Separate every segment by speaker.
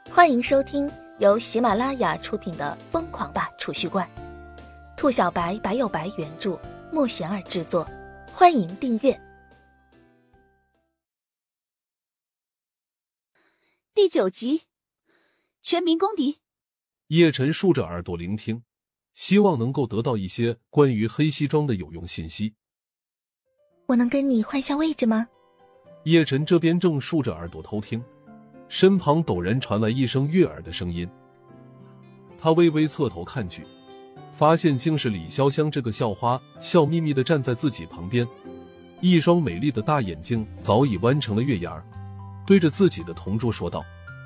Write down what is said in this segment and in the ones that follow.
Speaker 1: 欢迎收听由喜马拉雅出品的《疯狂吧储蓄罐》，兔小白白有白原著，莫贤儿制作。欢迎订阅。
Speaker 2: 第9集，全民公敌。
Speaker 3: 叶晨竖着耳朵聆听，希望能够得到一些关于黑西装的有用信息。
Speaker 1: 我能跟你换下位置吗？
Speaker 3: 叶晨这边正竖着耳朵偷听，身旁陡然传来一声悦耳的声音。他微微侧头看去，发现竟是李潇湘这个校花笑眯眯地站在自己旁边，一双美丽的大眼睛早已弯成了月牙儿，对着自己的同桌说道：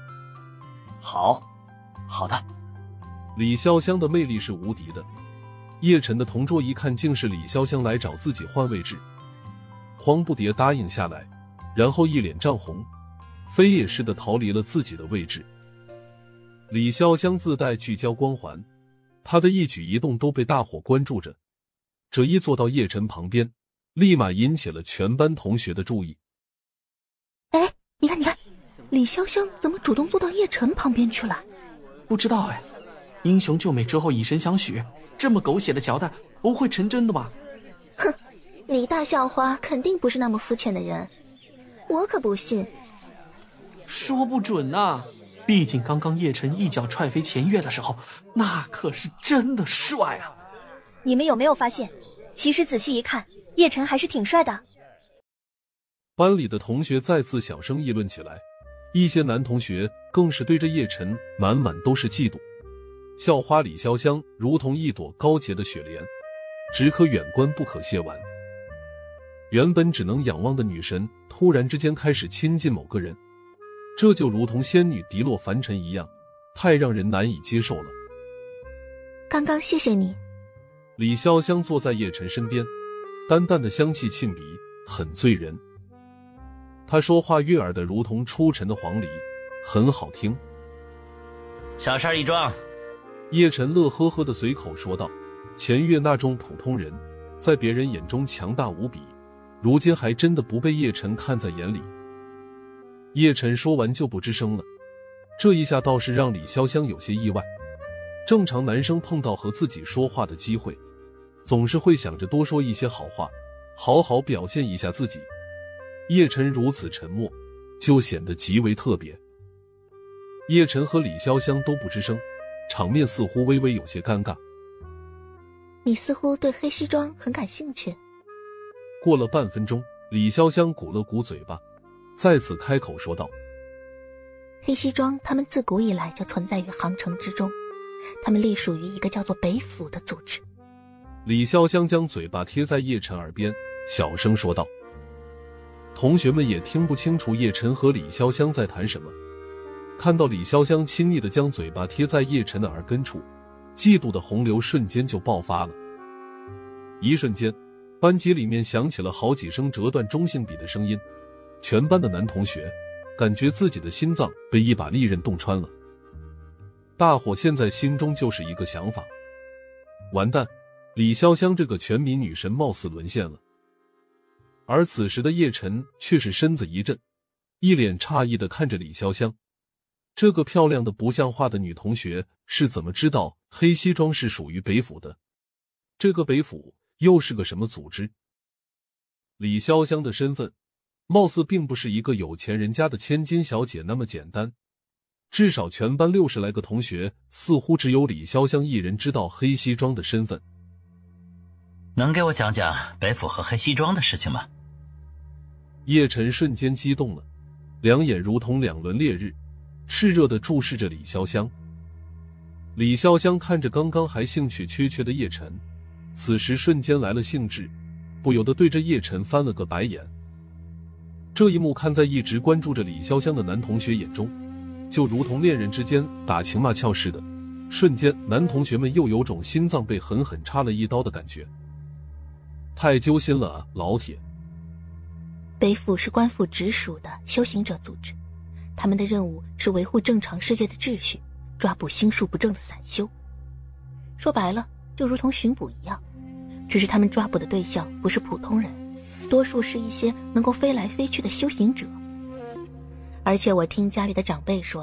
Speaker 4: 好的。
Speaker 3: 李潇湘的魅力是无敌的，叶晨的同桌一看竟是李潇湘来找自己换位置，慌不迭答应下来，然后一脸涨红，飞也似的逃离了自己的位置。李潇湘自带聚焦光环，他的一举一动都被大伙关注着，这一坐到叶晨旁边，立马引起了全班同学的注意。
Speaker 1: 哎，你看，李潇湘怎么主动坐到叶晨旁边去了？
Speaker 4: 不知道哎，英雄救美之后以身相许，这么狗血的桥段不会成真的吧？
Speaker 1: 哼，李大校花肯定不是那么肤浅的人，我可不信。
Speaker 4: 说不准啊，毕竟刚刚叶晨一脚踹飞钱月的时候，那可是真的帅啊！
Speaker 2: 你们有没有发现，其实仔细一看，叶晨还是挺帅的。
Speaker 3: 班里的同学再次小声议论起来，一些男同学更是对着叶晨满满都是嫉妒。校花李潇湘如同一朵高洁的雪莲，只可远观不可亵玩。原本只能仰望的女神突然之间开始亲近某个人，这就如同仙女滴落凡尘一样，太让人难以接受了。
Speaker 1: 刚刚谢谢你。
Speaker 3: 李潇湘坐在叶晨身边，淡淡的香气沁鼻，很醉人。他说话悦耳的如同出尘的黄鹂，很好听。
Speaker 5: 小事一桩。
Speaker 3: 叶晨乐呵呵的随口说道，钱月那种普通人在别人眼中强大无比，如今还真的不被叶晨看在眼里。叶晨说完就不吱声了，这一下倒是让李潇湘有些意外。正常男生碰到和自己说话的机会，总是会想着多说一些好话，好好表现一下自己。叶晨如此沉默，就显得极为特别。叶晨和李潇湘都不吱声，场面似乎微微有些尴尬。
Speaker 1: 你似乎对黑西装很感兴趣。
Speaker 3: 过了半分钟，李潇湘鼓了鼓嘴巴，再次开口说道：
Speaker 1: 黑西装他们自古以来就存在于杭城之中，他们隶属于一个叫做北府的组织。
Speaker 3: 李潇湘将嘴巴贴在叶晨耳边，小声说道。同学们也听不清楚叶晨和李潇湘在谈什么，看到李潇湘亲昵地将嘴巴贴在叶晨的耳根处，嫉妒的洪流瞬间就爆发了。一瞬间，班级里面响起了好几声折断中性笔的声音，全班的男同学感觉自己的心脏被一把利刃洞穿了。大伙现在心中就是一个想法：完蛋，李潇湘这个全民女神貌似沦陷了。而此时的叶晨却是身子一震，一脸诧异地看着李潇湘，这个漂亮的不像话的女同学是怎么知道黑西装是属于北府的？这个北府又是个什么组织？李潇湘的身份貌似并不是一个有钱人家的千金小姐那么简单，至少全班60来个同学似乎只有李潇湘一人知道黑西装的身份。
Speaker 5: 能给我讲讲北府和黑西装的事情吗？
Speaker 3: 叶晨瞬间激动了，两眼如同两轮烈日，炽热地注视着李潇湘。李潇湘看着刚刚还兴趣缺缺的叶晨，此时瞬间来了兴致，不由得对着叶晨翻了个白眼。这一幕看在一直关注着李潇湘的男同学眼中，就如同恋人之间打情骂俏似的，瞬间男同学们又有种心脏被狠狠插了一刀的感觉。太揪心了啊，老铁！
Speaker 1: 北府是官府直属的修行者组织，他们的任务是维护正常世界的秩序，抓捕心术不正的散修。说白了，就如同巡捕一样，只是他们抓捕的对象不是普通人，多数是一些能够飞来飞去的修行者。而且我听家里的长辈说，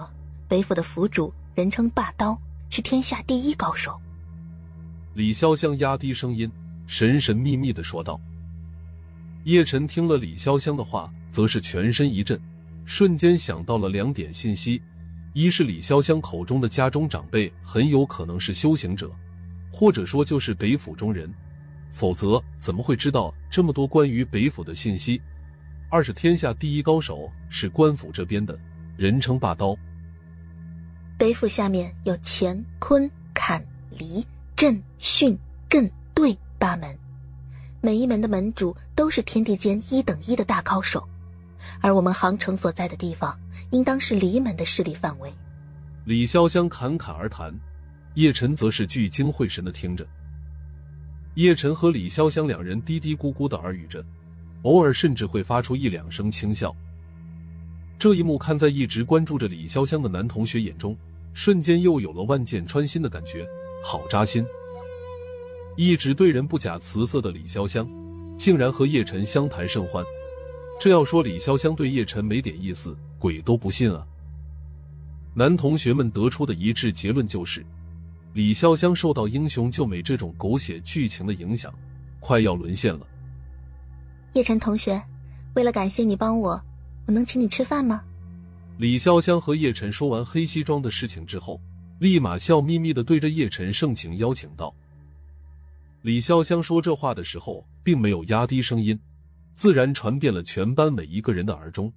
Speaker 1: 北府的府主人称霸刀，是天下第一高手。
Speaker 3: 李潇湘压低声音，神神秘秘地说道。叶晨听了李潇湘的话，则是全身一震，瞬间想到了2点信息：一是李潇湘口中的家中长辈很有可能是修行者，或者说就是北府中人，否则怎么会知道这么多关于北府的信息？二是天下第一高手是官府这边的，人称霸刀。
Speaker 1: 北府下面有乾、坤、坎、离、震、巽、艮、兑8门，每一门的门主都是天地间1等1的大高手，而我们杭城所在的地方应当是离门的势力范围。
Speaker 3: 李潇湘侃侃而谈，叶晨则是聚精会神地听着。叶晨和李潇湘两人嘀嘀咕咕地耳语着，偶尔甚至会发出1、2声轻笑。这一幕看在一直关注着李潇湘的男同学眼中，瞬间又有了万箭穿心的感觉，好扎心。一直对人不假辞色的李潇湘，竟然和叶晨相谈甚欢。这要说李潇湘对叶晨没点意思，鬼都不信啊。男同学们得出的一致结论就是，李潇湘受到英雄救美这种狗血剧情的影响，快要沦陷了。
Speaker 1: 叶晨同学，为了感谢你帮我能请你吃饭吗？
Speaker 3: 李潇湘和叶晨说完黑西装的事情之后，立马笑眯眯地对着叶晨盛情邀请道。李潇湘说这话的时候并没有压低声音，自然传遍了全班每一个人的耳中。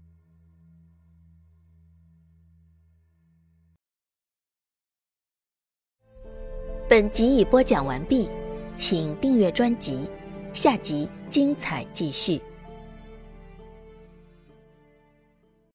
Speaker 1: 本集已播讲完毕，请订阅专辑，下集精彩继续。